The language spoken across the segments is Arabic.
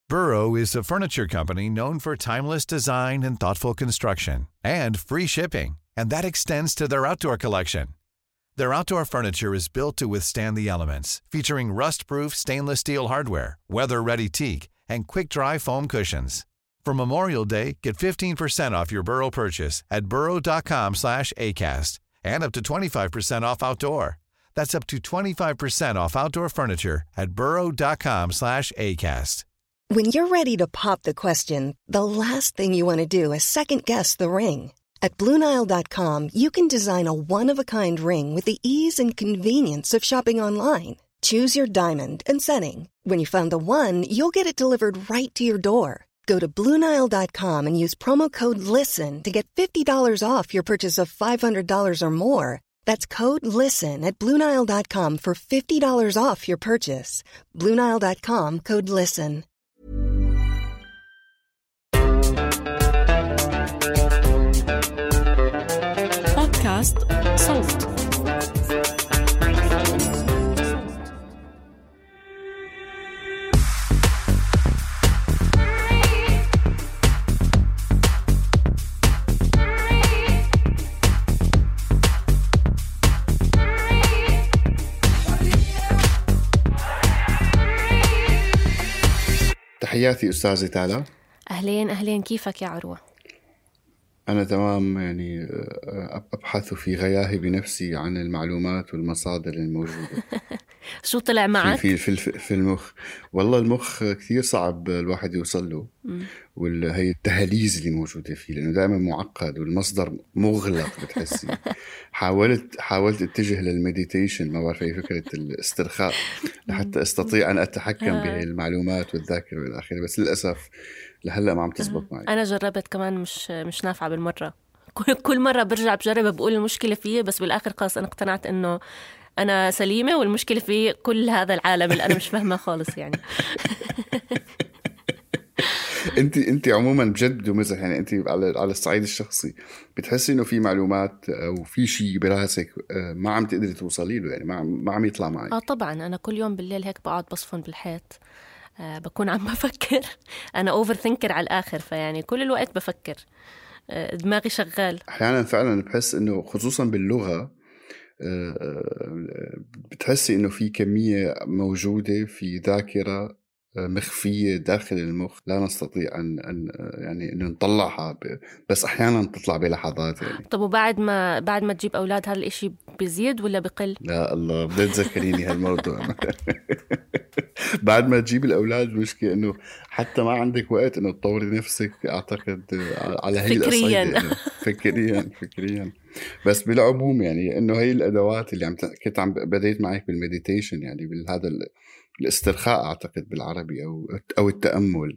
Burrow is a furniture company known for timeless design and thoughtful construction, and free shipping, and that extends to their outdoor collection. Their outdoor furniture is built to withstand the elements, featuring rust-proof stainless steel hardware, weather-ready teak, and quick-dry foam cushions. For Memorial Day, get 15% off your Burrow purchase at burrow.com/acast, and up to 25% off outdoor. That's up to 25% off outdoor furniture at burrow.com/acast. When you're ready to pop the question, the last thing you want to do is second-guess the ring. At BlueNile.com, you can design a one-of-a-kind ring with the ease and convenience of shopping online. Choose your diamond and setting. When you find the one, you'll get it delivered right to your door. Go to BlueNile.com and use promo code LISTEN to get $50 off your purchase of $500 or more. That's code LISTEN at BlueNile.com for $50 off your purchase. BlueNile.com, code LISTEN. بودكاست صوت. تحياتي أستاذة تالا. أهلين كيفك يا عروة؟ أنا تمام، يعني أبحث في غياهي بنفسي عن المعلومات والمصادر الموجودة. شو طلع معك؟ في المخ. والله المخ كثير صعب الواحد يوصل له، وهي التهاليز اللي موجودة فيه لأنه دائما معقد والمصدر مغلق بتحسي. حاولت اتجه للمديتيشن، ما بعرف أي فكرة الاسترخاء لحتى استطيع أن أتحكم بالمعلومات والذاكرة والآخرة، بس للأسف لهلا ما عم تزبط معي. أنا جربت كمان مش نافعة بالمرة. كل مرة برجع بجرب بقول المشكلة فيه، بس بالآخر خلاص أنا اقتنعت إنه أنا سليمة والمشكلة في كل هذا العالم اللي أنا مش فاهمة خالص يعني. انت عموما بجد ومزح، يعني انت على الصعيد الشخصي بتحسي انه في معلومات او في شيء براسك ما عم تقدري توصلي له، يعني ما عم يطلع معك؟ طبعا انا كل يوم بالليل هيك بقعد بصفن بالحيط، بكون عم بفكر. انا اوفر ثينكر على الاخر، فيعني كل الوقت بفكر، دماغي شغال. احيانا فعلا بحس انه خصوصا باللغة بتحسي انه في كمية موجودة في ذاكرة مخفية داخل المخ لا نستطيع أن يعني أن نطلعها، بس أحيانا تطلع بلحظات يعني. طب وبعد ما تجيب أولاد هذا الإشي بيزيد ولا بقل؟ لا الله بدأ تذكريني هالموضوع. بعد ما تجيب الأولاد مشكلة أنه حتى ما عندك وقت أنه تطوري نفسك، أعتقد على هي الأصعيدة. فكريا بس بالعموم يعني أنه هي الأدوات اللي كنت بديت معك بالمديتيشن، يعني بالهذا الاسترخاء أعتقد بالعربي أو التأمل،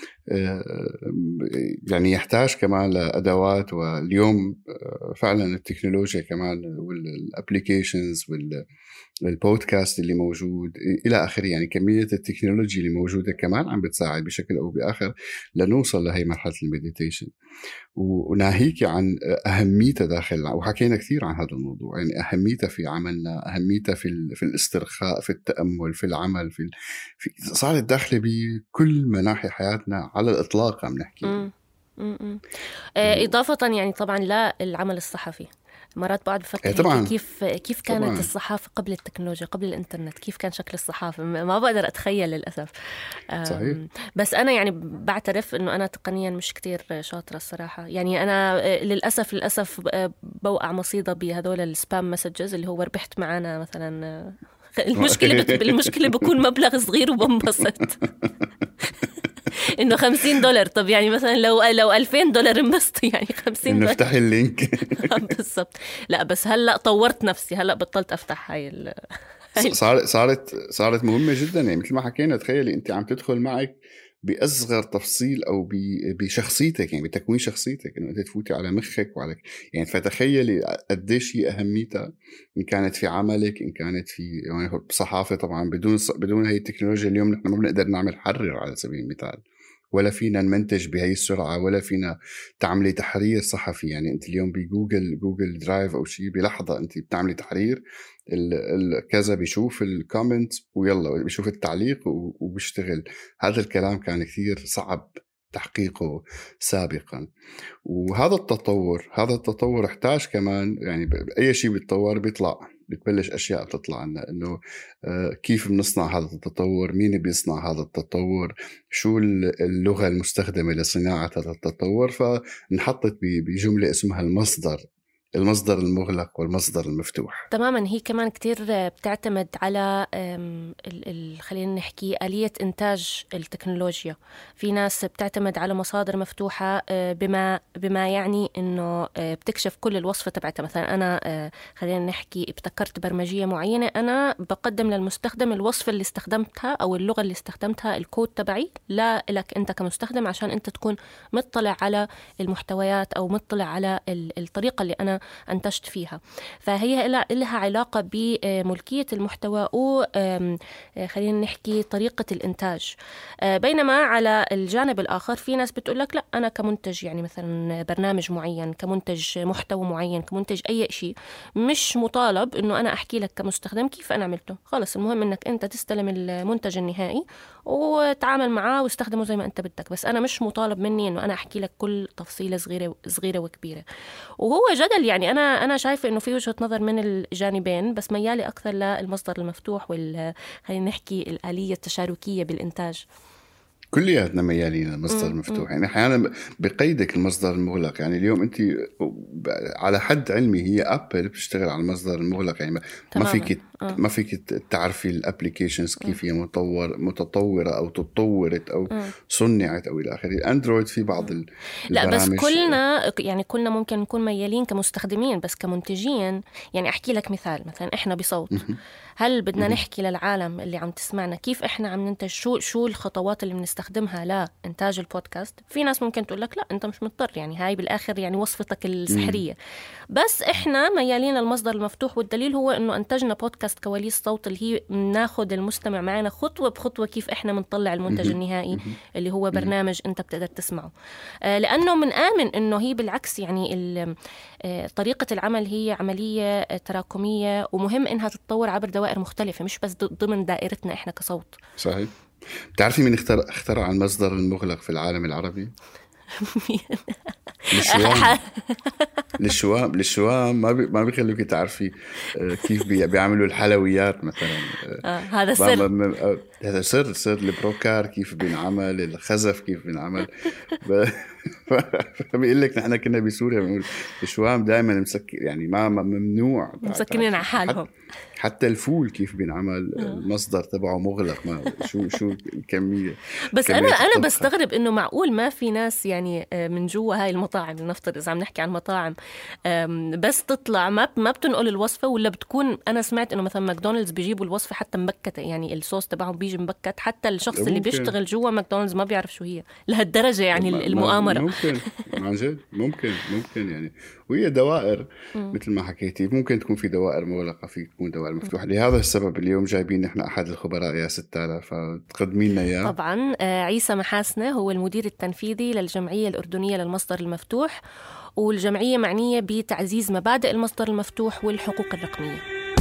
يعني يحتاج كمان لأدوات. واليوم فعلا التكنولوجيا كمان والابليكيشنز والبودكاست اللي موجود إلى آخره، يعني كمية التكنولوجيا اللي موجودة كمان عم بتساعد بشكل أو بآخر لنوصل لهي مرحلة المديتيشن. وناهيك عن أهميتها داخل، وحكينا كثير عن هذا الموضوع، يعني أهميتها في عملنا، أهميتها في الاسترخاء، في التأمل، في العمل، صارت داخلة بكل مناحي حياتنا على الإطلاق عم نحكي. إضافة يعني طبعا لا العمل الصحفي، مرات بعد بفكر كيف كانت طبعاً الصحافة قبل التكنولوجيا، قبل الإنترنت، كيف كان شكل الصحافة ما بقدر أتخيل للأسف. صحيح. بس أنا يعني بعترف إنه أنا تقنيا مش كتير شاطرة الصراحة، يعني أنا للأسف بوقع مصيدة بهذول السبام مسجز اللي هو ربحت معنا مثلا. المشكلة بكون مبلغ صغير وبنبسط. إنه $50. طب يعني مثلا لو $2000 انبسط، يعني $50 نفتح اللينك. بالضبط. لا بس هلأ طورت نفسي، هلأ بطلت أفتح هاي صارت مهمة جدا، يعني مثل ما حكينا. تخيلي أنت عم تدخل معك بأصغر تفصيل أو بشخصيتك، يعني بتكوين شخصيتك، إنه أنت تفوتي على مخك يعني فتخيلي قديش هي أهميتها، إن كانت في عملك، إن كانت في يعني بصحافة. طبعا بدون هاي التكنولوجيا اليوم نحن ما بنقدر نعمل حرر على سبيل المثال، ولا فينا نمنتج بهاي السرعة، ولا فينا تعملي تحرير صحفي. يعني أنت اليوم بجوجل درايف أو شيء بلحظة أنت بتعملي تحرير كذا، بيشوف الكومنت ويلا بيشوف التعليق وبيشتغل. هذا الكلام كان كثير صعب تحقيقه سابقا. وهذا التطور احتاج كمان، يعني أي شيء بيتطور بتبلش أشياء تطلع لنا، إنه كيف بنصنع هذا التطور، مين بيصنع هذا التطور، شو اللغة المستخدمة لصناعة هذا التطور. فنحطت بجملة اسمها المصدر المغلق والمصدر المفتوح. تماما. هي كمان كتير بتعتمد على خلينا نحكي آلية إنتاج التكنولوجيا. في ناس بتعتمد على مصادر مفتوحة بما يعني إنه بتكشف كل الوصفة تبعتها. مثلا أنا خلينا نحكي ابتكرت برمجية معينة، أنا بقدم للمستخدم الوصفة اللي استخدمتها أو اللغة اللي استخدمتها، الكود تبعي، لا لك أنت كمستخدم، عشان أنت تكون مطلع على المحتويات أو مطلع على الطريقة اللي أنا أنتجت فيها. فهي لها علاقة بملكية المحتوى خلينا نحكي طريقة الإنتاج. بينما على الجانب الآخر في ناس بتقول لك لا، أنا كمنتج، يعني مثلا برنامج معين، كمنتج محتوى معين، كمنتج أي شيء، مش مطالب إنه أنا أحكي لك كمستخدم كيف أنا عملته. خلص، المهم إنك أنت تستلم المنتج النهائي وتعامل معاه واستخدمه زي ما أنت بدك، بس أنا مش مطالب مني إنه أنا أحكي لك كل تفصيلة صغيرة وكبيرة. وهو جدل، يعني أنا شايفة إنه في وجهة نظر من الجانبين، بس ميالي أكثر للمصدر المفتوح خلينا نحكي الآلية التشاركية بالإنتاج. كلياتنا ميالين للمصدر المفتوح. يعني أحيانا بقيدك المصدر المغلق. يعني اليوم أنت على حد علمي هي أبل بتشتغل على المصدر المغلق، يعني ما فيك تعرفي الابليكيشنز كيف هي متطورة أو تطورت أو صنعت أو إلى آخره. الأندرويد في بعض لا، بس كلنا ممكن نكون ميالين كمستخدمين، بس كمنتجين. يعني أحكي لك مثال، مثلا إحنا بصوت، هل بدنا نحكي للعالم اللي عم تسمعنا كيف إحنا عم ننتج، شو الخطوات اللي بنستخدمها لإنتاج البودكاست؟ في ناس ممكن تقول لك لا، أنت مش مضطر، يعني هاي بالآخر يعني وصفتك السحرية. بس إحنا ميالين المصدر المفتوح، والدليل هو إنه أنتجنا بودكاست كواليس صوت، اللي هي ناخد المستمع معنا خطوة بخطوة كيف إحنا منطلع المنتج النهائي اللي هو برنامج أنت بتقدر تسمعه. لأنه من آمن إنه هي بالعكس، يعني طريقة العمل هي عملية تراكمية، ومهم إنها تتطور عبر دوائر مختلفة، مش بس ضمن دائرتنا إحنا كصوت. صحيح. بتعرفي مين اخترع المصدر المغلق في العالم العربي؟ للشوام ما بيخلوك تعرفي كيف بيعملوا الحلويات مثلا. هذا سر. هذا سر البروكار كيف بينعمل، الخزف كيف بينعمل. فبيقول لك نحن كنا بسوريا بنقول الشوام دائما مسكر، يعني ما ممنوع، مسكرين على حالهم. حتى الفول كيف بينعمل المصدر تبعه مغلق. ما شو الكمية. بس أنا بستغرب إنه معقول ما في ناس يعني من جوا هاي المطاعم، نفترض إذا عم نحكي عن مطاعم، بس تطلع ما بتنقل الوصفة، ولا بتكون، أنا سمعت إنه مثلا ماكدونالدز بيجيبوا الوصفة حتى مبكتة، يعني الصوص تبعهم بيجي مبكت، حتى الشخص اللي بيشتغل جوا ماكدونالدز ما بيعرف شو هي لهالدرجة، يعني المؤامرة. ممكن عن جد ممكن يعني. وهي دوائر مثل ما حكيتي، ممكن تكون في دوائر مغلقة، في تكون دوائر مفتوحة. لهذا السبب اليوم جايبين نحن أحد الخبراء يا ستالة، فتقدمينا إياه. طبعا عيسى محاسنة هو المدير التنفيذي للجمعية الأردنية للمصدر المفتوح، والجمعية معنية بتعزيز مبادئ المصدر المفتوح والحقوق الرقمية.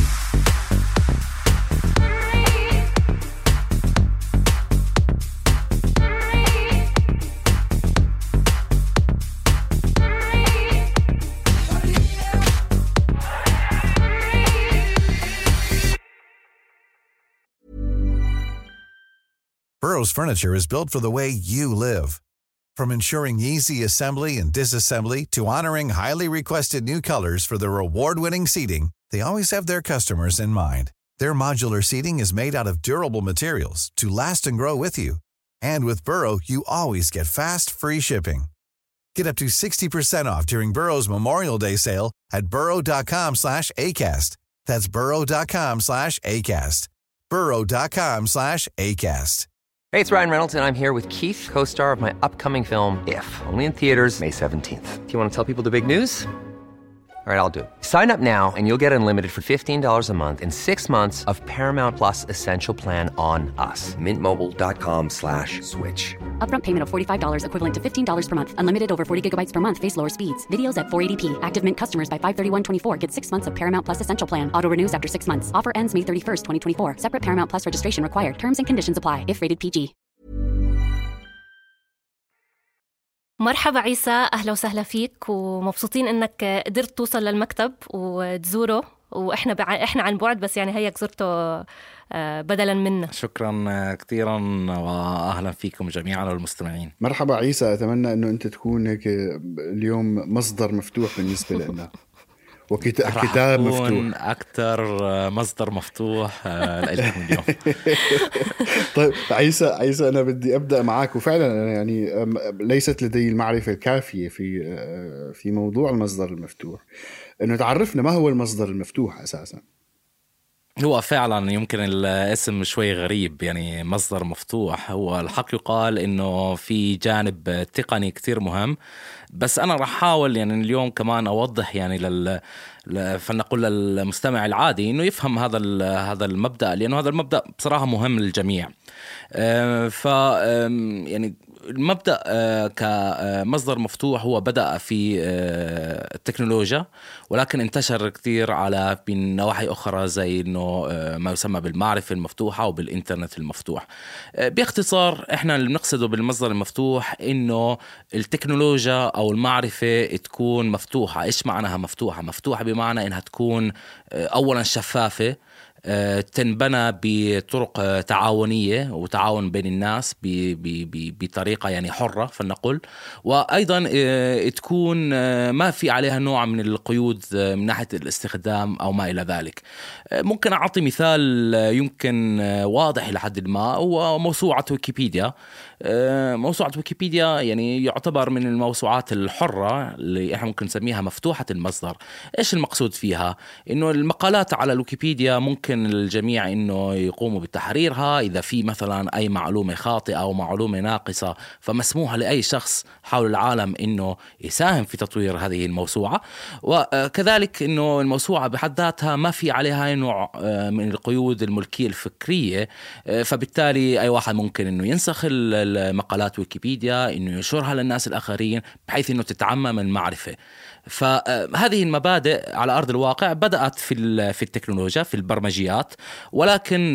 Burrow's furniture is built for the way you live. From ensuring easy assembly and disassembly to honoring highly requested new colors for their award-winning seating, they always have their customers in mind. Their modular seating is made out of durable materials to last and grow with you. And with Burrow, you always get fast, free shipping. Get up to 60% off during Burrow's Memorial Day sale at burrow.com/ACAST. That's burrow.com/ACAST. burrow.com/ACAST. Hey, it's Ryan Reynolds, and I'm here with Keith, co-star of my upcoming film, If, only in theaters May 17th. Do you want to tell people the big news? All right, I'll do it. Sign up now and you'll get unlimited for $15 a month and 6 months of Paramount Plus Essential Plan on us. MintMobile.com/switch. Upfront payment of $45 equivalent to $15 per month. Unlimited over 40 gigabytes per month. Face lower speeds. Videos at 480p. Active Mint customers by 531.24 get 6 months of Paramount Plus Essential Plan. Auto renews after 6 months. Offer ends May 31st, 2024. Separate Paramount Plus registration required. Terms and conditions apply if rated PG. مرحبا عيسى، أهلا وسهلا فيك، ومبسوطين إنك قدرت توصل للمكتب وتزوره، وإحنا عن بعد بس يعني هيك زرته بدلا منا. شكرا كثيرا وأهلا فيكم جميعا والمستمعين. مرحبا عيسى، أتمنى أنه أنت تكون هيك اليوم مصدر مفتوح بالنسبة لنا وكتاب مفتوح، أكثر مصدر مفتوح لكم اليوم. طيب عيسى أنا بدي أبدأ معك، وفعلا يعني ليست لدي المعرفة الكافية في موضوع المصدر المفتوح، إنه تعرفنا ما هو المصدر المفتوح أساسا. هو فعلا يمكن الاسم شوي غريب، يعني مصدر مفتوح. هو الحق يقال إنه في جانب تقني كتير مهم، بس أنا رح أحاول يعني اليوم كمان أوضح يعني فلنقول للمستمع العادي إنه يفهم هذا المبدأ، لأنه هذا المبدأ بصراحة مهم للجميع. يعني المبدأ كمصدر مفتوح هو بدأ في التكنولوجيا، ولكن انتشر كثير على نواحي أخرى زي إنه ما يسمى بالمعرفة المفتوحة وبالإنترنت المفتوح. باختصار إحنا اللي بنقصده بالمصدر المفتوح إنه التكنولوجيا أو المعرفة تكون مفتوحة. إيش معناها مفتوحة؟ مفتوحة بمعنى إنها تكون أولا شفافة، تنبنى بطرق تعاونية وتعاون بين الناس بطريقة يعني حرة فلنقل، وأيضا تكون ما في عليها نوع من القيود من ناحية الاستخدام أو ما إلى ذلك. ممكن أعطي مثال يمكن واضح لحد ما، هو موسوعة ويكيبيديا. موسوعة ويكيبيديا يعني يعتبر من الموسوعات الحرة اللي احنا ممكن نسميها مفتوحة المصدر. ايش المقصود فيها؟ انه المقالات على الويكيبيديا ممكن الجميع انه يقوموا بتحريرها. اذا في مثلا اي معلومة خاطئة او معلومة ناقصة فمسموح لاي شخص حول العالم انه يساهم في تطوير هذه الموسوعة. وكذلك انه الموسوعة بحد ذاتها ما في عليها نوع من القيود الملكية الفكرية، فبالتالي اي واحد ممكن انه ينسخ المقالات ويكيبيديا، إنه ينشرها للناس الآخرين بحيث إنه تتعمم المعرفة. فهذه المبادئ على أرض الواقع بدأت في التكنولوجيا، في البرمجيات، ولكن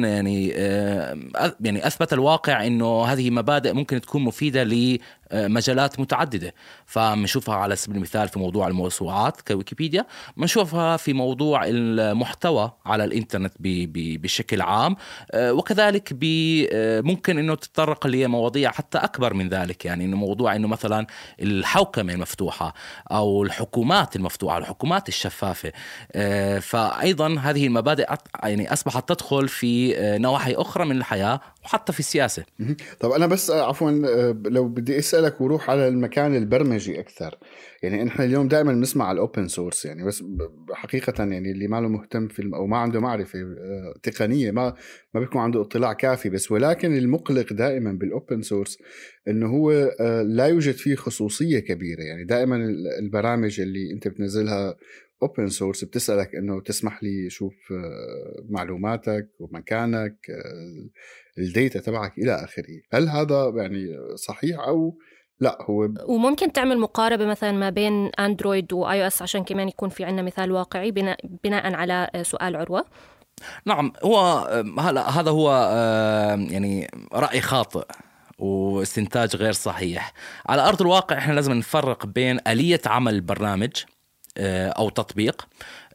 يعني أثبت الواقع إنه هذه مبادئ ممكن تكون مفيدة لمجالات متعددة. فمنشوفها على سبيل المثال في موضوع الموسوعات كويكيبيديا، منشوفها في موضوع المحتوى على الإنترنت بشكل عام، وكذلك ممكن إنه تتطرق لمواضيع حتى أكبر من ذلك، يعني إنه موضوع إنه مثلا الحوكمة المفتوحة أو الحكومات المفتوحة، الحكومات الشفافة. فأيضا هذه المبادئ يعني أصبحت تدخل في نواحي أخرى من الحياة وحتى في السياسة. طب أنا بس عفوا لو بدي أسألك وروح على المكان البرمجي أكثر، يعني إحنا اليوم دائما نسمع على الأوبن سورس، يعني بس حقيقة يعني اللي ما له مهتم أو ما عنده معرفة تقنية ما بيكون عنده اطلاع كافي. بس ولكن المقلق دائما بالأوبن سورس إنه هو لا يوجد فيه خصوصية كبيرة. يعني دائما البرامج اللي أنت بتنزلها open source بتسألك إنه تسمح لي شوف معلوماتك ومكانك، الديتا تبعك إلى آخره. هل هذا يعني صحيح أو لا؟ هو وممكن تعمل مقاربة مثلا ما بين أندرويد وآي أو إس عشان كمان يكون في عنا مثال واقعي بناء على سؤال عروة. نعم، هذا هو يعني رأي خاطئ واستنتاج غير صحيح. على أرض الواقع إحنا لازم نفرق بين آلية عمل برنامج أو تطبيق،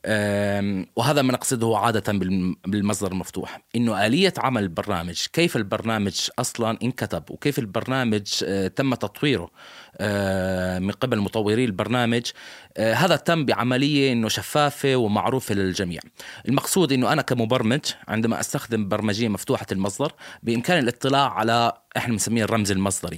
وهذا ما نقصده عادة بالمصدر المفتوح، إنه آلية عمل البرنامج، كيف البرنامج أصلا انكتب وكيف البرنامج تم تطويره من قبل مطوري البرنامج. هذا تم بعملية إنه شفافة ومعروفة للجميع. المقصود إنه أنا كمبرمج عندما أستخدم برمجية مفتوحة المصدر بإمكاني الاطلاع على إحنا بنسميه الرمز المصدري.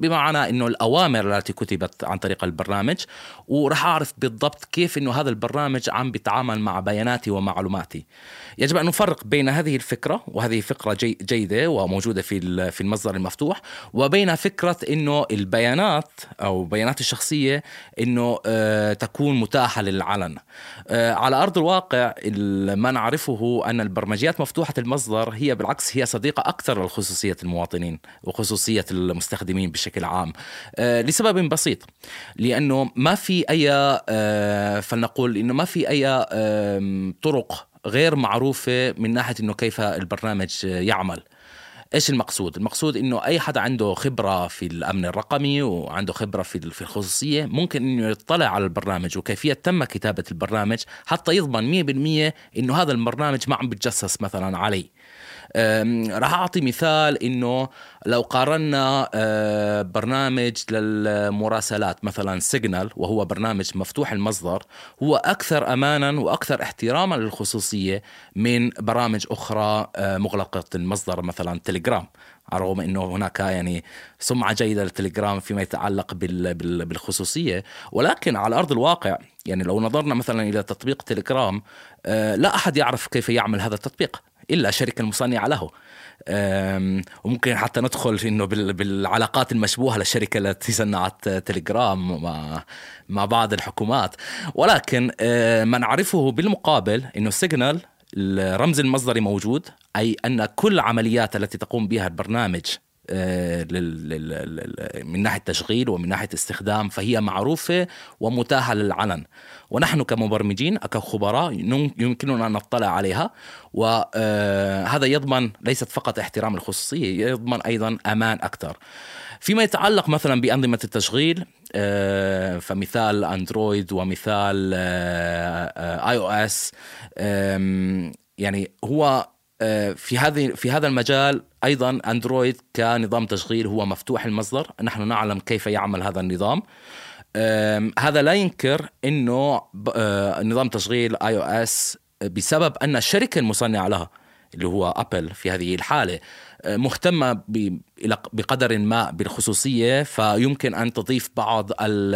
بمعنى إنه الأوامر التي كتبت عن طريق البرنامج، ورح أعرف بالضبط كيف إنه هذا البرنامج عم بيتعامل مع بياناتي ومعلوماتي. يجب أن نفرق بين هذه الفكرة، وهذه فكرة جيدة وموجودة في المصدر المفتوح، وبين فكرة إنه البيانات أو بيانات الشخصية إنه تكون متاحة للعلن. على أرض الواقع ما نعرفه أن البرمجيات مفتوحة المصدر هي بالعكس هي صديقة أكثر لخصوصية المواطنين وخصوصية المستخدمين بشكل عام، لسبب بسيط، لأنه ما في أي فلنقول إنه ما في أي طرق غير معروفة من ناحية إنه كيف البرنامج يعمل. إيش المقصود؟ المقصود إنه أي حدا عنده خبرة في الأمن الرقمي وعنده خبرة في الخصوصية ممكن إنه يطلع على البرنامج وكيفية تم كتابة البرنامج حتى يضمن 100% إنه هذا البرنامج ما عم بتجسس مثلا عليه. راح أعطي مثال إنه لو قارنا برنامج للمراسلات مثلا سيجنال، وهو برنامج مفتوح المصدر، هو أكثر أمانا وأكثر احتراما للخصوصية من برامج أخرى مغلقة المصدر مثلا تليجرام، على الرغم أنه هناك يعني سمعة جيدة للتليجرام فيما يتعلق بالخصوصية، ولكن على أرض الواقع يعني لو نظرنا مثلا إلى تطبيق تليجرام لا أحد يعرف كيف يعمل هذا التطبيق إلا الشركة المصنعة له. وممكن حتى ندخل إنه بالعلاقات المشبوهة للشركة التي صنعت تليجرام مع بعض الحكومات. ولكن ما نعرفه بالمقابل إنه سيجنال الرمز المصدري موجود، أي أن كل عمليات التي تقوم بها البرنامج من ناحية تشغيل ومن ناحية استخدام فهي معروفة ومتاحة للعلن، ونحن كمبرمجين كخبراء يمكننا أن نطلع عليها، وهذا يضمن ليست فقط احترام الخصوصية، يضمن أيضا أمان أكثر. فيما يتعلق مثلا بأنظمة التشغيل فمثال أندرويد ومثال iOS، يعني هو في هذا المجال أيضا أندرويد كنظام تشغيل هو مفتوح المصدر، نحن نعلم كيف يعمل هذا النظام. هذا لا ينكر أنه نظام تشغيل iOS بسبب أن الشركة المصنعة لها اللي هو أبل في هذه الحالة مهتمة بقدر ما بالخصوصية، فيمكن أن تضيف بعض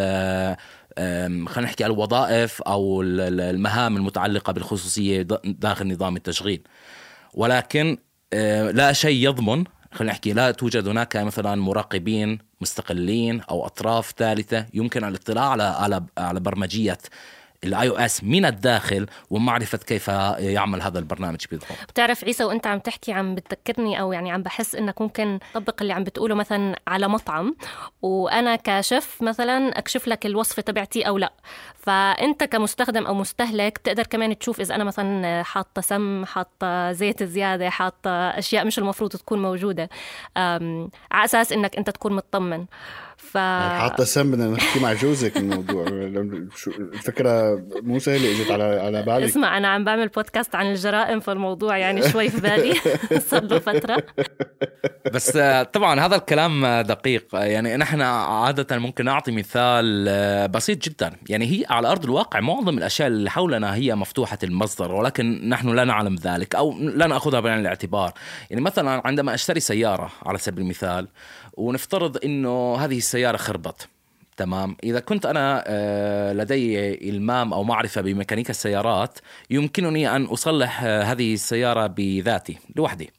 خلينا نحكي الوظائف أو المهام المتعلقة بالخصوصية داخل نظام التشغيل. ولكن لا شيء يضمن، خلينا نحكي لا توجد هناك مثلا مراقبين مستقلين أو أطراف ثالثة يمكن الاطلاع على برمجية الاي او اس من الداخل ومعرفة كيف يعمل هذا البرنامج بالضبط. بتعرف عيسى وانت عم تحكي عم بتذكرني او يعني عم بحس انك ممكن تطبق اللي عم بتقوله مثلا على مطعم، وانا كشيف مثلا اكشف لك الوصفة تبعتي او لا، فانت كمستخدم او مستهلك تقدر كمان تشوف اذا انا مثلا حاطة سم، حاطة زيت زيادة، حاطة اشياء مش المفروض تكون موجودة، على اساس انك انت تكون مطمن. حتى سم بدنا نحكي مع جوزك الموضوع. الفكرة مو سهلة اجت على بالي. اسمع أنا عم بعمل بودكاست عن الجرائم، فالموضوع يعني شوي في بالي صار له فترة. بس طبعا هذا الكلام دقيق. يعني نحن عادة ممكن نعطي مثال بسيط جدا. يعني هي على أرض الواقع معظم الأشياء اللي حولنا هي مفتوحة المصدر، ولكن نحن لا نعلم ذلك أو لا نأخذها بعين الاعتبار. يعني مثلا عندما أشتري سيارة على سبيل المثال ونفترض إنه هذه السيارة خربت، تمام، إذا كنت أنا لدي إلمام أو معرفة بميكانيكا السيارات يمكنني أن أصلح هذه السيارة بذاتي لوحدي.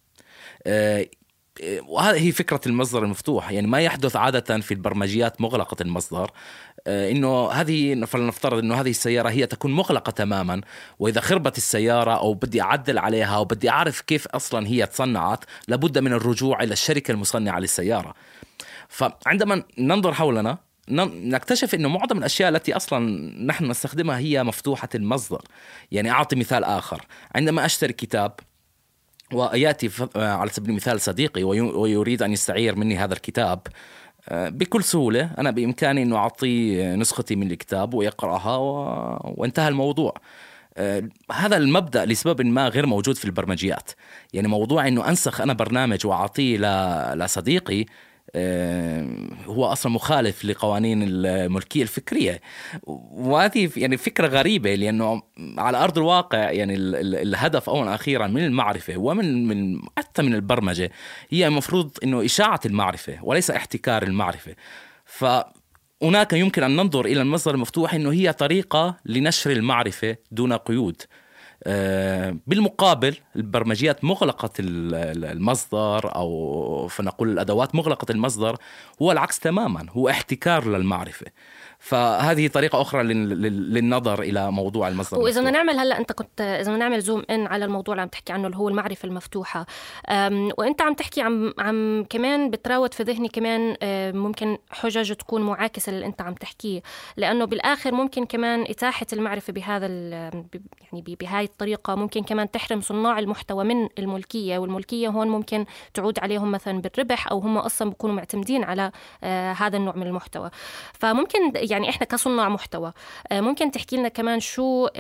وهذه هي فكرة المصدر المفتوح. يعني ما يحدث عادة في البرمجيات مغلقة المصدر إنه هذه فلنفترض إنه هذه السيارة هي تكون مغلقة تماما، وإذا خربت السيارة أو بدي أعدل عليها أو بدي أعرف كيف أصلا هي تصنعت لابد من الرجوع إلى الشركة المصنعة للسيارة. فعندما ننظر حولنا نكتشف إنه معظم الأشياء التي أصلا نحن نستخدمها هي مفتوحة المصدر. يعني أعطي مثال آخر، عندما أشتري كتاب ويأتي على سبيل المثال صديقي ويريد أن يستعير مني هذا الكتاب، بكل سهولة أنا بإمكاني أنه أعطيه نسختي من الكتاب ويقرأها وانتهى الموضوع. هذا المبدأ لسبب ما غير موجود في البرمجيات. يعني موضوع أنه أنسخ أنا برنامج وأعطيه لصديقي هو أصلا مخالف لقوانين الملكية الفكرية. وهذه يعني فكرة غريبة، لأنه على أرض الواقع يعني الهدف أولا أخيرا من المعرفة ومن حتى من البرمجة هي المفروض أنه إشاعة المعرفة وليس احتكار المعرفة. فهناك يمكن أن ننظر إلى المصدر المفتوح أنه هي طريقة لنشر المعرفة دون قيود. بالمقابل البرمجيات مغلقة المصدر، أو فنقول الأدوات مغلقة المصدر، هو العكس تماما، هو احتكار للمعرفة. فهذه طريقة أخرى للنظر إلى موضوع المصدر. وإذا بدنا نعمل هلأ أنت كنت إذا بدنا نعمل زوم إن على الموضوع اللي عم تحكي عنه اللي هو المعرفة المفتوحة، وأنت عم تحكي عم كمان بتراود في ذهني كمان ممكن حجج تكون معاكسة للي أنت عم تحكيه، لأنه بالآخر ممكن كمان إتاحة المعرفة بهذا يعني بهاي الطريقة ممكن كمان تحرم صناع المحتوى من الملكية، والملكية هون ممكن تعود عليهم مثلا بالربح، أو هم أصلا بيكونوا معتمدين على هذا النوع من المحتوى. فممكن يعني إحنا كصناع محتوى ممكن تحكي لنا كمان شو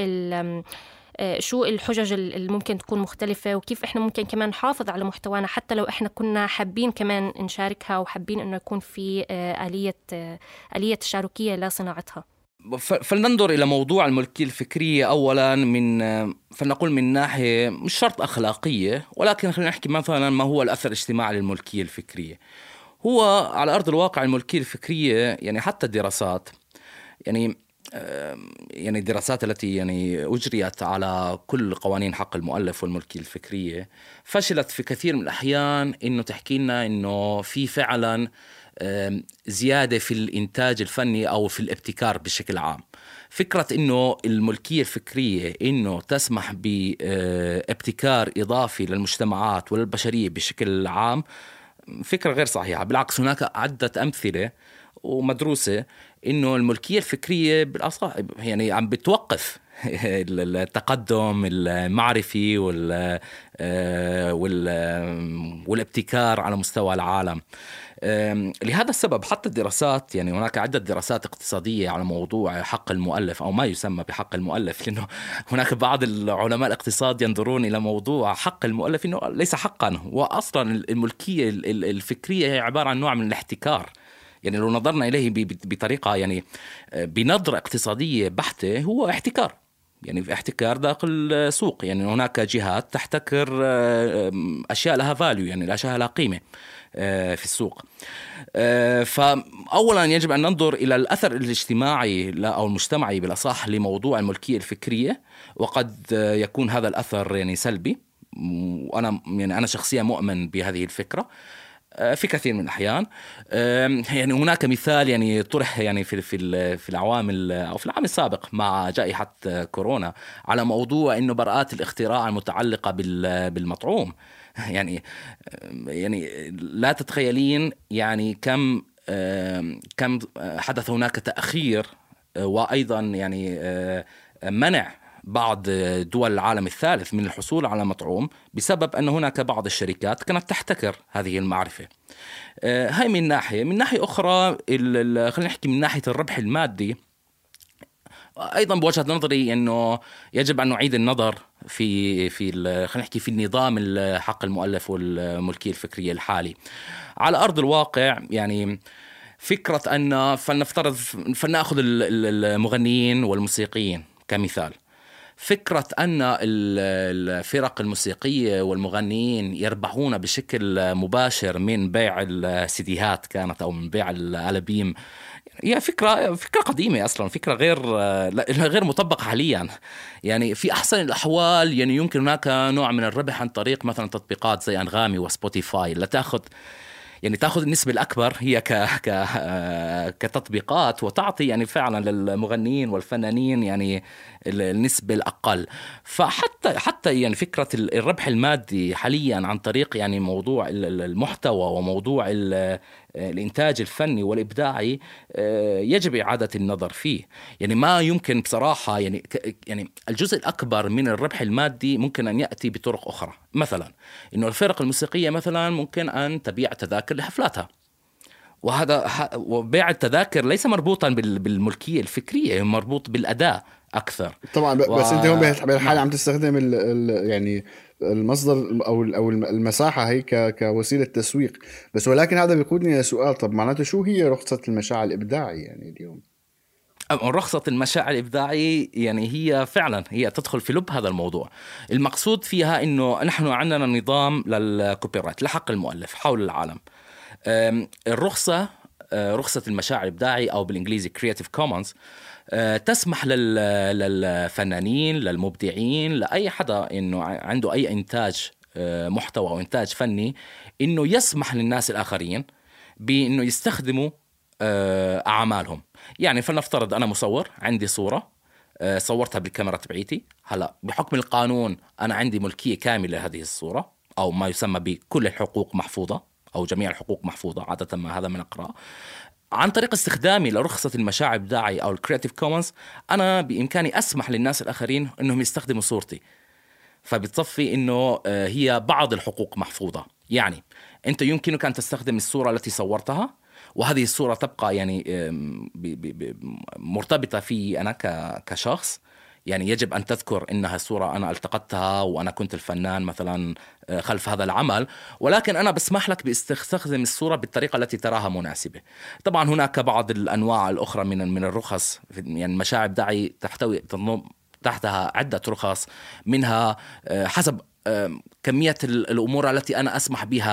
الحجج اللي ممكن تكون مختلفة، وكيف إحنا ممكن كمان نحافظ على محتوانا حتى لو إحنا كنا حابين كمان نشاركها وحابين إنه يكون في آلية تشاركية لصناعتها. فلننظر إلى موضوع الملكية الفكرية أولا فلنقول من ناحية مش شرط أخلاقية، ولكن خلينا نحكي مثلا ما هو الأثر الاجتماعي للملكية الفكرية. هو على أرض الواقع الملكية الفكرية يعني حتى الدراسات يعني الدراسات التي يعني أجريت على كل قوانين حق المؤلف والملكية الفكرية فشلت في كثير من الأحيان إنه تحكي لنا إنه في فعلا زيادة في الإنتاج الفني أو في الابتكار بشكل عام. فكرة إنه الملكية الفكرية إنه تسمح بابتكار إضافي للمجتمعات والبشرية بشكل عام فكرة غير صحيحة. بالعكس هناك عدة أمثلة ومدروسة إنه الملكية الفكرية بالأصح يعني عم بتوقف التقدم المعرفي والابتكار على مستوى العالم. لهذا السبب حتى الدراسات يعني هناك عدة دراسات اقتصادية على موضوع حق المؤلف أو ما يسمى بحق المؤلف، لأنه هناك بعض العلماء الاقتصاد ينظرون إلى موضوع حق المؤلف إنه ليس حقا، وأصلا الملكية الفكرية هي عبارة عن نوع من الاحتكار. يعني لو نظرنا إليه بطريقة يعني بنظرة اقتصادية بحتة هو احتكار، يعني في احتكار داخل سوق. يعني هناك جهات تحتكر أشياء لها فاليو، يعني الأشياء لها قيمة في السوق. فأولا يجب أن ننظر إلى الأثر الاجتماعي أو المجتمعي بالأصح لموضوع الملكية الفكرية، وقد يكون هذا الأثر يعني سلبي، وأنا يعني أنا شخصيا مؤمن بهذه الفكرة في كثير من الأحيان. يعني هناك مثال يعني طرح يعني في العوامل أو في العام السابق مع جائحة كورونا على موضوع إنه براءات الاختراع المتعلقة بالمطعوم. يعني لا تتخيلين يعني كم حدث هناك تأخير، وأيضا يعني منع بعض دول العالم الثالث من الحصول على مطعوم بسبب أن هناك بعض الشركات كانت تحتكر هذه المعرفة. هاي من ناحية أخرى خلينا نحكي من ناحية الربح المادي. أيضا بوجهة نظري أنه يجب أن نعيد النظر في خلينا نحكي في النظام حق المؤلف والملكية الفكرية الحالي على أرض الواقع. يعني فكرة أن فلنأخذ المغنيين والموسيقيين كمثال. فكرة أن الفرق الموسيقية والمغنيين يربحون بشكل مباشر من بيع السيديهات كانت أو من بيع الألبوم هي فكرة قديمة أصلا، فكرة غير مطبقة حاليا. يعني في أحسن الأحوال يعني يمكن هناك نوع من الربح عن طريق مثلا تطبيقات زي أنغامي وسبوتيفاي اللي تأخذ النسبة الأكبر هي كتطبيقات، وتعطي يعني فعلا للمغنيين والفنانين يعني النسبة الأقل. فحتى يعني فكرة الربح المادي حاليا عن طريق يعني موضوع المحتوى وموضوع الإنتاج الفني والإبداعي يجب إعادة النظر فيه. يعني ما يمكن بصراحة يعني الجزء الأكبر من الربح المادي ممكن أن يأتي بطرق أخرى، مثلا إنه الفرق الموسيقية مثلا ممكن أن تبيع تذاكر لحفلاتها، وبيع التذاكر ليس مربوطا بالملكية الفكرية، مربوط بالأداء اكثر طبعا. بس انت هون بهالحاله عم تستخدم يعني المصدر او المساحه هي كوسيله تسويق بس. ولكن هذا بيقودني لسؤال، طب معناته شو هي رخصه المشاع الابداعي يعني اليوم؟ رخصة المشاع الإبداعي يعني هي فعلا هي تدخل في لب هذا الموضوع. المقصود فيها إنه نحن عندنا نظام للكوبيرايت لحق المؤلف حول العالم. الرخصة رخصة المشاع الإبداعي أو بالإنجليزي Creative Commons تسمح للفنانين للمبدعين لأي حدا إنه عنده أي إنتاج محتوى أو إنتاج فني إنه يسمح للناس الآخرين بإنه يستخدموا أعمالهم. يعني فلنفترض أنا مصور عندي صورة صورتها بالكاميرا تبعيتي، هلأ بحكم القانون أنا عندي ملكية كاملة لهذه الصورة أو ما يسمى بكل الحقوق محفوظة أو جميع الحقوق محفوظة عادة ما هذا من أقرأ. عن طريق استخدامي لرخصة المشاع الإبداعي أو الكرياتيف كومنز أنا بإمكاني أسمح للناس الآخرين أنهم يستخدموا صورتي، فبتصفي أنه هي بعض الحقوق محفوظة. يعني أنت يمكنك أن تستخدم الصورة التي صورتها وهذه الصورة تبقى يعني مرتبطة في أنا كشخص. يعني يجب أن تذكر إنها الصورة أنا التقطتها وأنا كنت الفنان مثلا خلف هذا العمل، ولكن أنا بسمح لك باستخدام الصورة بالطريقة التي تراها مناسبة. طبعا هناك بعض الأنواع الأخرى من الرخص، يعني المشاع الإبداعي تضم تحتها عدة رخص، منها حسب كمية الأمور التي أنا أسمح بها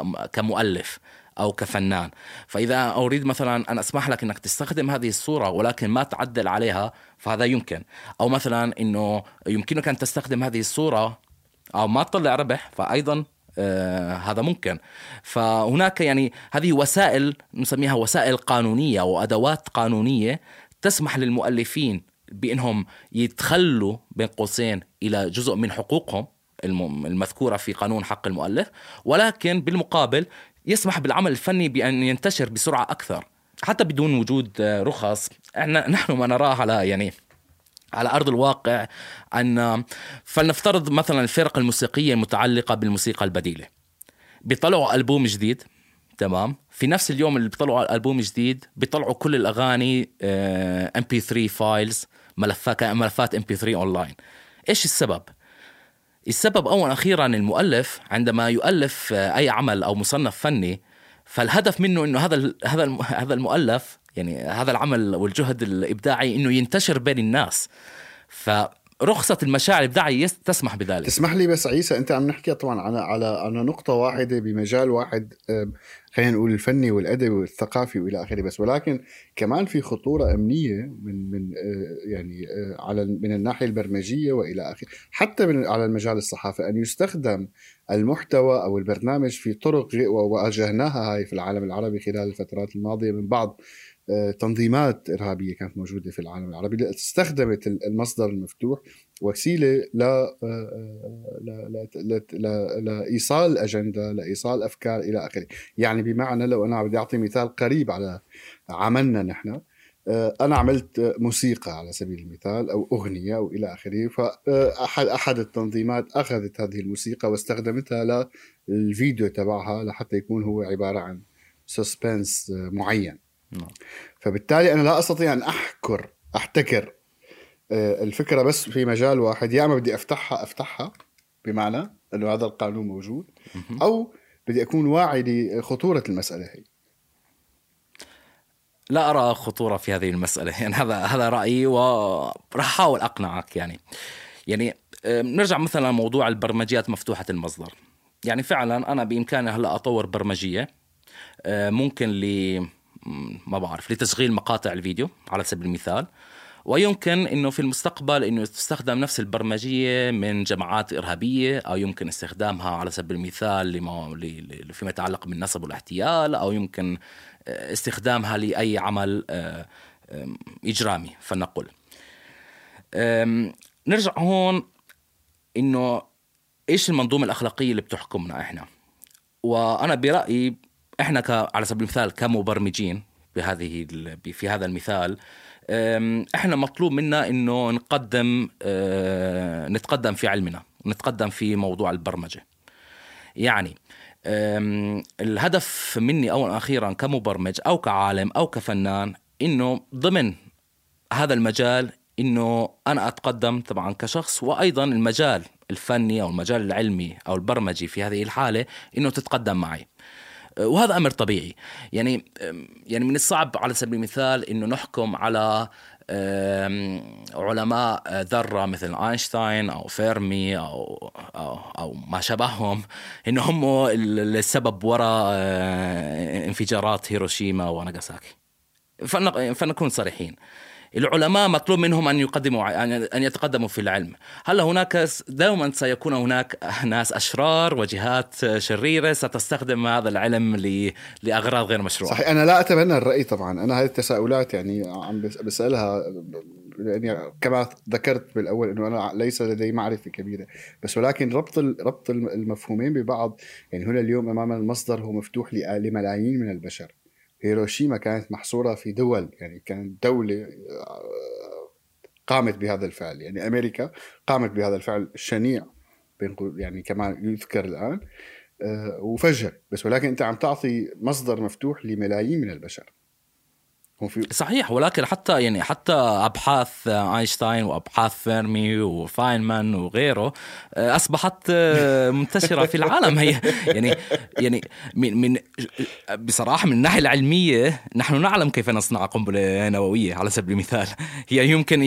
كمؤلف أو كفنان. فإذا أريد مثلا أن أسمح لك أنك تستخدم هذه الصورة ولكن ما تعدل عليها فهذا يمكن، أو مثلا أنه يمكنك أن تستخدم هذه الصورة أو ما تطلع ربح فأيضا هذا ممكن. فهناك يعني هذه وسائل نسميها وسائل قانونية وأدوات قانونية تسمح للمؤلفين بأنهم يتخلوا بين قوسين إلى جزء من حقوقهم المذكورة في قانون حق المؤلف، ولكن بالمقابل يسمح بالعمل الفني بأن ينتشر بسرعة أكثر حتى بدون وجود رخص. نحن ما نراه على أرض الواقع أن فلنفترض مثلا الفرق الموسيقية المتعلقة بالموسيقى البديلة بيطلعوا ألبوم جديد، تمام؟ في نفس اليوم اللي بيطلعوا الألبوم الجديد بيطلعوا كل الأغاني MP3 فايلز، ملفات MP3 أونلاين. إيش السبب؟ السبب أولا أخيرا المؤلف عندما يؤلف أي عمل أو مصنف فني فالهدف منه إنه هذا المؤلف يعني هذا العمل والجهد الإبداعي إنه ينتشر بين الناس. فرخصة المشاع الإبداعي تسمح بذلك. تسمح لي بس عيسى، أنت عم نحكي طبعا على نقطة واحدة بمجال واحد، خلينا نقول الفني والأدبي والثقافي وإلى آخره، بس ولكن كمان في خطورة أمنية من يعني من الناحية البرمجية وإلى آخره، حتى على المجال الصحافي أن يستخدم المحتوى أو البرنامج في طرق وواجهناها هاي في العالم العربي خلال الفترات الماضية من بعض تنظيمات إرهابية كانت موجودة في العالم العربي استخدمت المصدر المفتوح وسيلة لإيصال أجندة، لإيصال أفكار إلى آخره. يعني بمعنى لو أنا بدي أعطي مثال قريب على عملنا نحن، أنا عملت موسيقى على سبيل المثال أو أغنية أو إلى آخره، فأحد التنظيمات أخذت هذه الموسيقى واستخدمتها للفيديو تبعها لحتى يكون هو عبارة عن سسبنس معين. فبالتالي أنا لا أستطيع أن أحتكر الفكرة بس في مجال واحد. يا أما بدي أفتحها بمعنى أنه هذا القانون موجود، أو بدي أكون واعي لخطورة المسألة هي. لا أرى خطورة في هذه المسألة، يعني هذا رأيي وراح أحاول أقنعك. يعني نرجع مثلا لموضوع البرمجيات مفتوحة المصدر. يعني فعلا أنا بإمكاني هلأ أطور برمجية ممكن ما بعرف لتشغيل مقاطع الفيديو على سبيل المثال، ويمكن إنه في المستقبل إنه تستخدم نفس البرمجية من جماعات إرهابية، أو يمكن استخدامها على سبيل المثال فيما يتعلق بالنصب والاحتيال، أو يمكن استخدامها لأي عمل إجرامي فلنقل. نرجع هون إنه إيش المنظومة الأخلاقية اللي بتحكمنا إحنا. وأنا برأيي إحنا على سبيل المثال كمبرمجين في هذا المثال إحنا مطلوب منا إنه نتقدم في علمنا ونتقدم في موضوع البرمجة. يعني الهدف مني أولا أخيرا كمبرمج أو كعالم أو كفنان إنه ضمن هذا المجال إنه أنا أتقدم طبعا كشخص، وأيضا المجال الفني أو المجال العلمي أو البرمجي في هذه الحالة إنه تتقدم معي، وهذا أمر طبيعي. يعني من الصعب على سبيل المثال إنه نحكم على علماء ذرة مثل أينشتاين أو فيرمي أو ما شبههم إنه هم السبب وراء انفجارات هيروشيما وناغاساكي. فنكون صريحين، العلماء مطلوب منهم أن يتقدموا في العلم. هل هناك دوما سيكون هناك ناس أشرار وجهات شريرة ستستخدم هذا العلم لأغراض غير مشروعة؟ صحيح، أنا لا أتبنى الرأي طبعا. أنا هذه التساؤلات يعني عم بسألها، يعني كما ذكرت بالأول إنه أنا ليس لدي معرفة كبيرة، بس ولكن ربط المفهومين ببعض. يعني هنا اليوم أمام المصدر هو مفتوح لملايين من البشر. هيروشيما كانت محصورة في دول، يعني كانت دولة قامت بهذا الفعل، يعني أمريكا قامت بهذا الفعل الشنيع يعني كما يذكر الآن، وفجر. بس ولكن أنت عم تعطي مصدر مفتوح لملايين من البشر. صحيح، ولكن حتى أبحاث أينشتاين وأبحاث فيرمي وفاينمان وغيره أصبحت منتشرة في العالم. هي يعني من بصراحة من الناحية العلمية نحن نعلم كيف نصنع قنبلة نووية على سبيل المثال. هي يمكن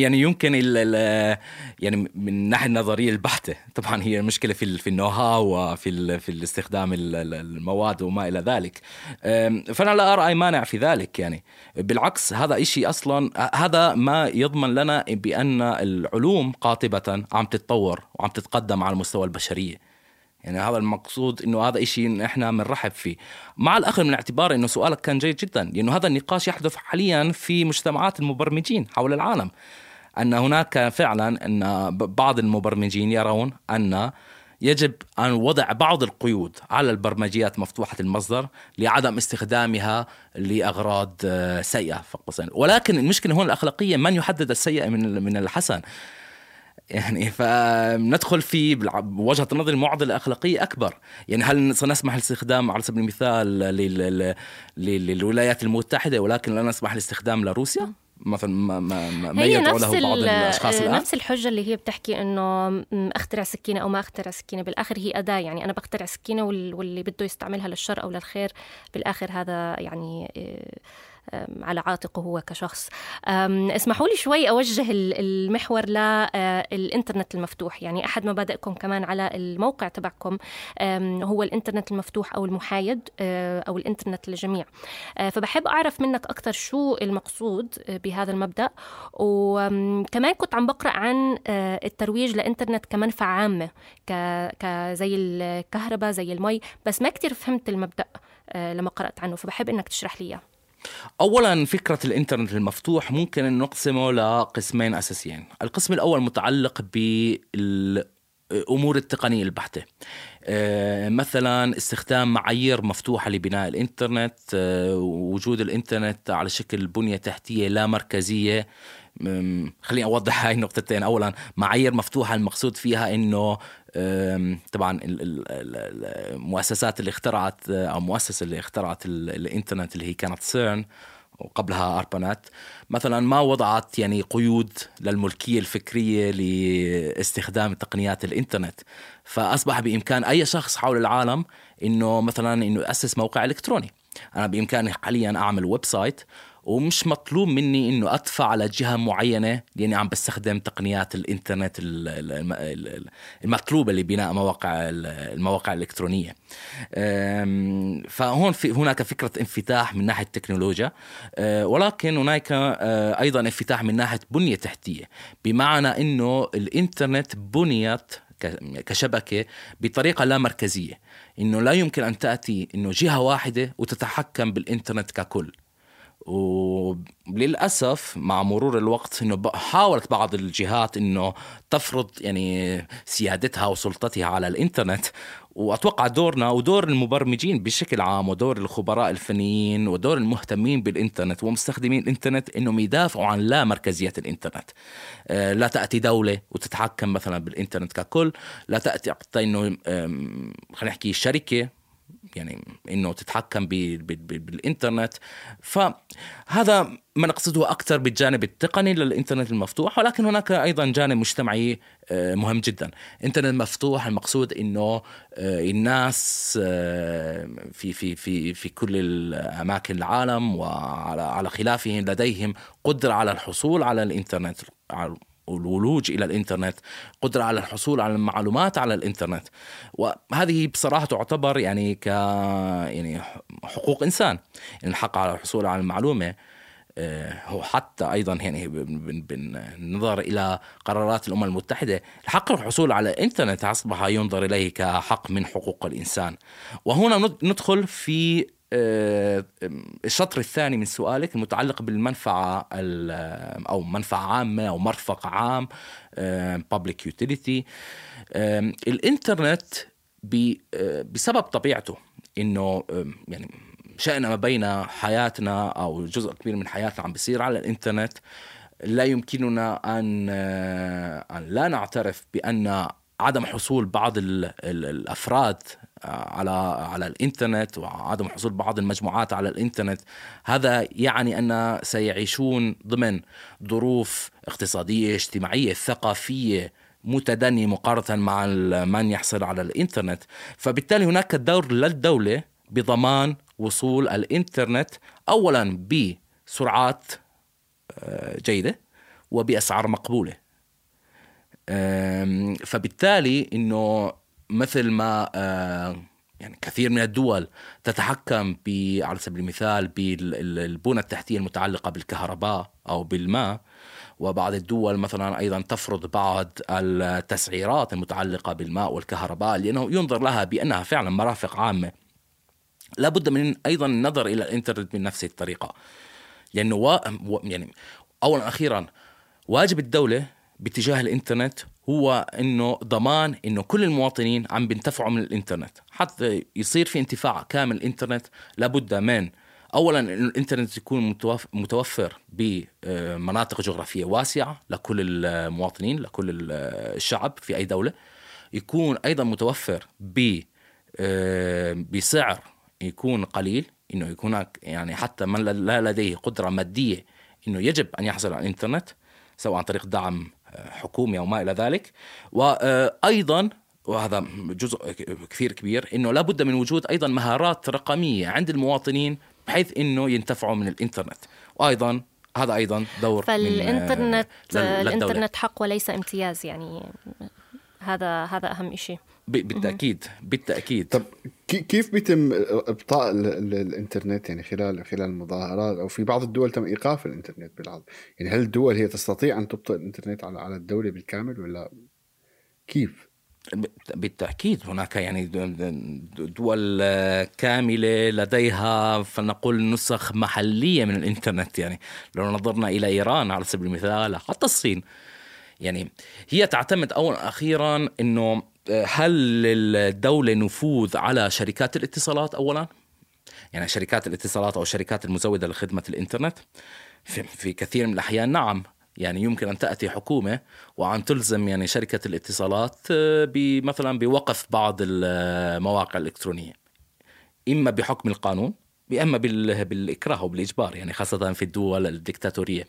يعني من الناحية النظرية البحتة. طبعا هي المشكلة في النوهاو وفي الاستخدام المواد وما إلى ذلك. فأنا لا أرى أي مانع في ذلك. يعني بالعكس، هذا إشي أصلا، هذا ما يضمن لنا بأن العلوم قاطبة عم تتطور وعم تتقدم على مستوى البشرية. يعني هذا المقصود، إنه هذا إشي إحنا منرحب فيه، مع الأخذ من اعتبار إنه سؤالك كان جيد جدا، لأنه هذا النقاش يحدث حاليا في مجتمعات المبرمجين حول العالم. أن هناك فعلا أن بعض المبرمجين يرون أن يجب أن وضع بعض القيود على البرمجيات مفتوحة المصدر لعدم استخدامها لأغراض سيئة فقط. ولكن المشكلة هون الأخلاقية، من يحدد السيئة من الحسن؟ يعني فندخل في بوجهة النظر المعضلة الأخلاقية أكبر. يعني هل سنسمح الاستخدام على سبيل المثال للولايات المتحدة ولكن لا نسمح الاستخدام لروسيا مثلا ما يدعو له بعض الأشخاص الآن؟ نفس الحجة اللي هي بتحكي إنه أخترع سكينة أو ما أخترع سكينة، بالآخر هي أداة. يعني أنا بخترع سكينة واللي بده يستعملها للشر أو للخير بالآخر هذا يعني على عاتقه هو كشخص. اسمحوا لي شوي أوجه المحور للإنترنت المفتوح. يعني أحد مبادئكم كمان على الموقع تبعكم هو الإنترنت المفتوح أو المحايد أو الإنترنت للجميع. فبحب أعرف منك أكتر شو المقصود بهذا المبدأ، وكمان كنت عم بقرأ عن الترويج لإنترنت كمنفعة عامة زي الكهرباء زي المي، بس ما كتير فهمت المبدأ لما قرأت عنه، فبحب إنك تشرح لي. أولا، فكرة الإنترنت المفتوح ممكن أن نقسمه لقسمين أساسيين. القسم الأول متعلق بالأمور التقنية البحتة، مثلا استخدام معايير مفتوحة لبناء الإنترنت، وجود الإنترنت على شكل بنية تحتية لا مركزية. خليني أوضح هاي النقطتين. أولا، معايير مفتوحة المقصود فيها إنه طبعا المؤسسات اللي اخترعت أو مؤسسة اللي اخترعت الإنترنت اللي هي كانت سيرن وقبلها أربانات مثلا، ما وضعت يعني قيود للملكية الفكرية لاستخدام تقنيات الإنترنت. فأصبح بإمكان أي شخص حول العالم إنه مثلا إنه يأسس موقع إلكتروني. أنا بإمكاني حاليا أعمل ويب سايت ومش مطلوب مني إنه أدفع على جهة معينة لأني عم بستخدم تقنيات الإنترنت المطلوبة لبناء المواقع الإلكترونية. فهون هناك فكرة انفتاح من ناحية التكنولوجيا، ولكن هناك أيضا انفتاح من ناحية بنية تحتية، بمعنى إنه الإنترنت بنيت كشبكة بطريقة لا مركزية، إنه لا يمكن أن تأتي إنه جهة واحدة وتتحكم بالإنترنت ككل. وللأسف مع مرور الوقت إنه حاولت بعض الجهات إنه تفرض يعني سيادتها وسلطتها على الإنترنت. وأتوقع دورنا ودور المبرمجين بشكل عام ودور الخبراء الفنيين ودور المهتمين بالإنترنت ومستخدمين الإنترنت إنهم يدافعوا عن لا مركزية الإنترنت. لا تأتي دولة وتتحكم مثلا بالإنترنت ككل، لا تأتي حتى إنه خلينا نحكي شركة يعني إنه تتحكم بالإنترنت. فهذا ما نقصده أكثر بالجانب التقني للإنترنت المفتوح، ولكن هناك أيضا جانب مجتمعي مهم جدا. إنترنت مفتوح المقصود إنه الناس في كل الأماكن العالم وعلى خلافهم لديهم قدرة على الحصول على الإنترنت، والولوج إلى الإنترنت، قدرة على الحصول على المعلومات على الإنترنت. وهذه بصراحة تعتبر يعني يعني حقوق إنسان، يعني الحق على الحصول على المعلومة. هو حتى أيضا يعني بالنظر إلى قرارات الأمم المتحدة الحق الحصول على الإنترنت أصبح ينظر إليه كحق من حقوق الإنسان. وهنا ندخل في الشطر الثاني من سؤالك المتعلق بالمنفعة أو منفعة عامة أو مرفق عام public utility. الإنترنت بسبب طبيعته إنه يعني شأن ما بين حياتنا أو جزء كبير من حياتنا عم بيصير على الإنترنت، لا يمكننا أن لا نعترف بأن عدم حصول بعض الأفراد على الإنترنت وعدم حصول بعض المجموعات على الإنترنت هذا يعني أن سيعيشون ضمن ظروف اقتصادية اجتماعية ثقافية متدنية مقارنة مع من يحصل على الإنترنت. فبالتالي هناك دور للدولة بضمان وصول الإنترنت أولا بسرعات جيدة وبأسعار مقبولة. فبالتالي إنه مثل ما يعني كثير من الدول تتحكم على سبيل المثال بالبنى التحتية المتعلقة بالكهرباء أو بالماء، وبعض الدول مثلا أيضا تفرض بعض التسعيرات المتعلقة بالماء والكهرباء لأنه ينظر لها بأنها فعلا مرافق عامة. لابد من أيضا النظر إلى الإنترنت من نفس الطريقة، لأنه يعني أولا أخيرا واجب الدولة باتجاه الإنترنت هو إنه ضمان إنه كل المواطنين عم بينتفعوا من الإنترنت. حتى يصير في انتفاع كامل الإنترنت لابد من أولا الإنترنت يكون متوفر بمناطق جغرافية واسعة لكل المواطنين لكل الشعب في أي دولة، يكون أيضا متوفر بسعر يكون قليل، إنه يكون يعني حتى من لا لديه قدرة مادية إنه يجب أن يحصل على الإنترنت سواء عن طريق دعم حكومي أو ما إلى ذلك. وأيضا وهذا جزء كثير كبير إنه لابد من وجود أيضا مهارات رقمية عند المواطنين بحيث إنه ينتفعوا من الإنترنت. وأيضا هذا أيضا دور فالإنترنت الإنترنت حق وليس امتياز، يعني هذا أهم شيء. بالتأكيد. طب كيف بيتم إبطاء الإنترنت يعني خلال المظاهرات، أو في بعض الدول تم إيقاف الإنترنت بالعرض؟ يعني هل الدول هي تستطيع أن تبطئ الإنترنت على الدولة بالكامل ولا كيف؟ بالتأكيد هناك يعني دول كاملة لديها فنقول نسخ محلية من الإنترنت. يعني لو نظرنا إلى إيران على سبيل المثال، حتى الصين، يعني هي تعتمد أولا أخيرا إنه هل الدولة نفوذ على شركات الاتصالات أولا، يعني شركات الاتصالات أو الشركات المزودة لخدمة الإنترنت. في كثير من الأحيان نعم، يعني يمكن أن تأتي حكومة وأن تلزم يعني شركة الاتصالات مثلا بوقف بعض المواقع الإلكترونية، إما بحكم القانون إما بالإكراه وبالإجبار، يعني خاصة في الدول الديكتاتورية.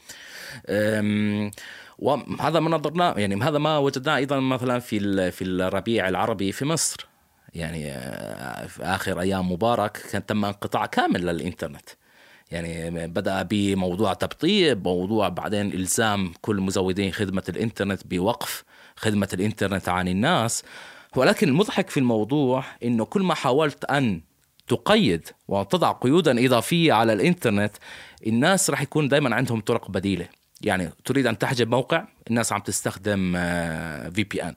وهذا ما نظرنا، يعني هذا ما وجدناه أيضا مثلا في الربيع العربي في مصر. يعني في آخر أيام مبارك كان تم انقطاع كامل للإنترنت، يعني بدأ بموضوع تبطيء، موضوع بعدين إلزام كل مزودين خدمة الإنترنت بوقف خدمة الإنترنت عن الناس. ولكن المضحك في الموضوع إنه كل ما حاولت أن تقيد وتضع قيودا إضافية على الإنترنت، الناس رح يكون دايما عندهم طرق بديلة. يعني تريد أن تحجب موقع، الناس عم تستخدم VPN.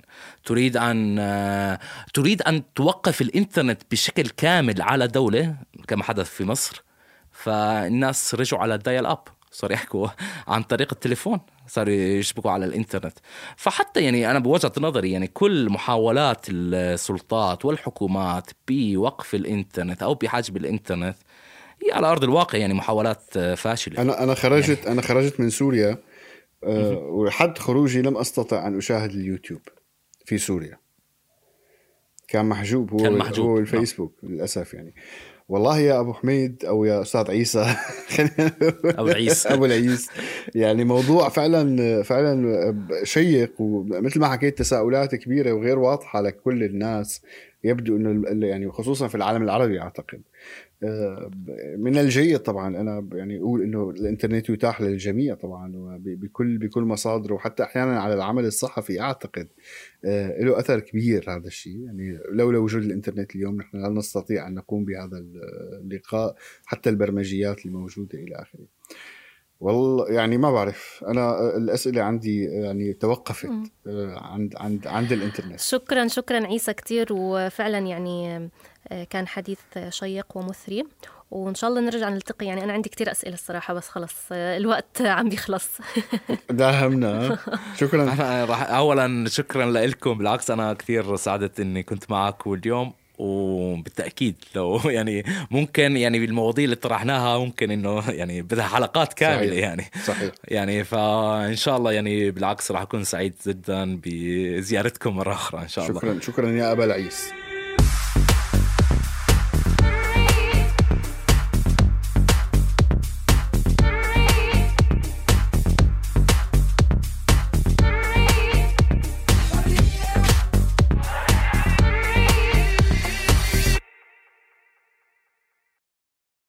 تريد أن توقف الإنترنت بشكل كامل على دولة كما حدث في مصر، فالناس رجعوا على الدايل أب، صار يحكوا عن طريق التليفون، صاروا يشبكوا على الإنترنت. فحتى يعني أنا بوجهة نظري يعني كل محاولات السلطات والحكومات بوقف الإنترنت أو بحجب الإنترنت هي على أرض الواقع يعني محاولات فاشلة. أنا خرجت من سوريا، وحد خروجي لم أستطع أن أشاهد اليوتيوب في سوريا. كان محجوب هو, كان محجوب. هو الفيسبوك للأسف يعني. والله يا أبو حميد أو يا أستاذ عيسى أبو العيس أبو العيس، يعني موضوع فعلا فعلا شيق، ومثل ما حكيت تساؤلات كبيرة وغير واضحة لكل الناس. يبدو إنه يعني خصوصا في العالم العربي أعتقد من الجيد طبعا أنا يعني أقول إنه الإنترنت يتاح للجميع طبعا بكل مصادره، وحتى أحيانا على العمل الصحفي أعتقد له أثر كبير هذا الشيء. يعني لولا وجود الإنترنت اليوم نحن لا نستطيع أن نقوم بهذا اللقاء، حتى البرمجيات الموجودة إلى آخره. والله يعني ما بعرف، أنا الأسئلة عندي يعني توقفت عند الإنترنت. شكرا عيسى كتير، وفعلا يعني كان حديث شيق ومثري، وإن شاء الله نرجع نلتقي. يعني أنا عندي كتير أسئلة الصراحة، بس خلص الوقت عم بيخلص. داهمنا. شكرا. أولا شكرا لكم، بالعكس أنا كثير سعدت إني كنت معك اليوم، وبالتأكيد لو يعني ممكن يعني بالمواضيع اللي طرحناها ممكن إنه يعني بدها حلقات كاملة. صحيح. يعني صحيح. يعني فإن شاء الله يعني بالعكس راح أكون سعيد جدا بزيارتكم مرة أخرى إن شاء الله. شكرا يا أبا العيس.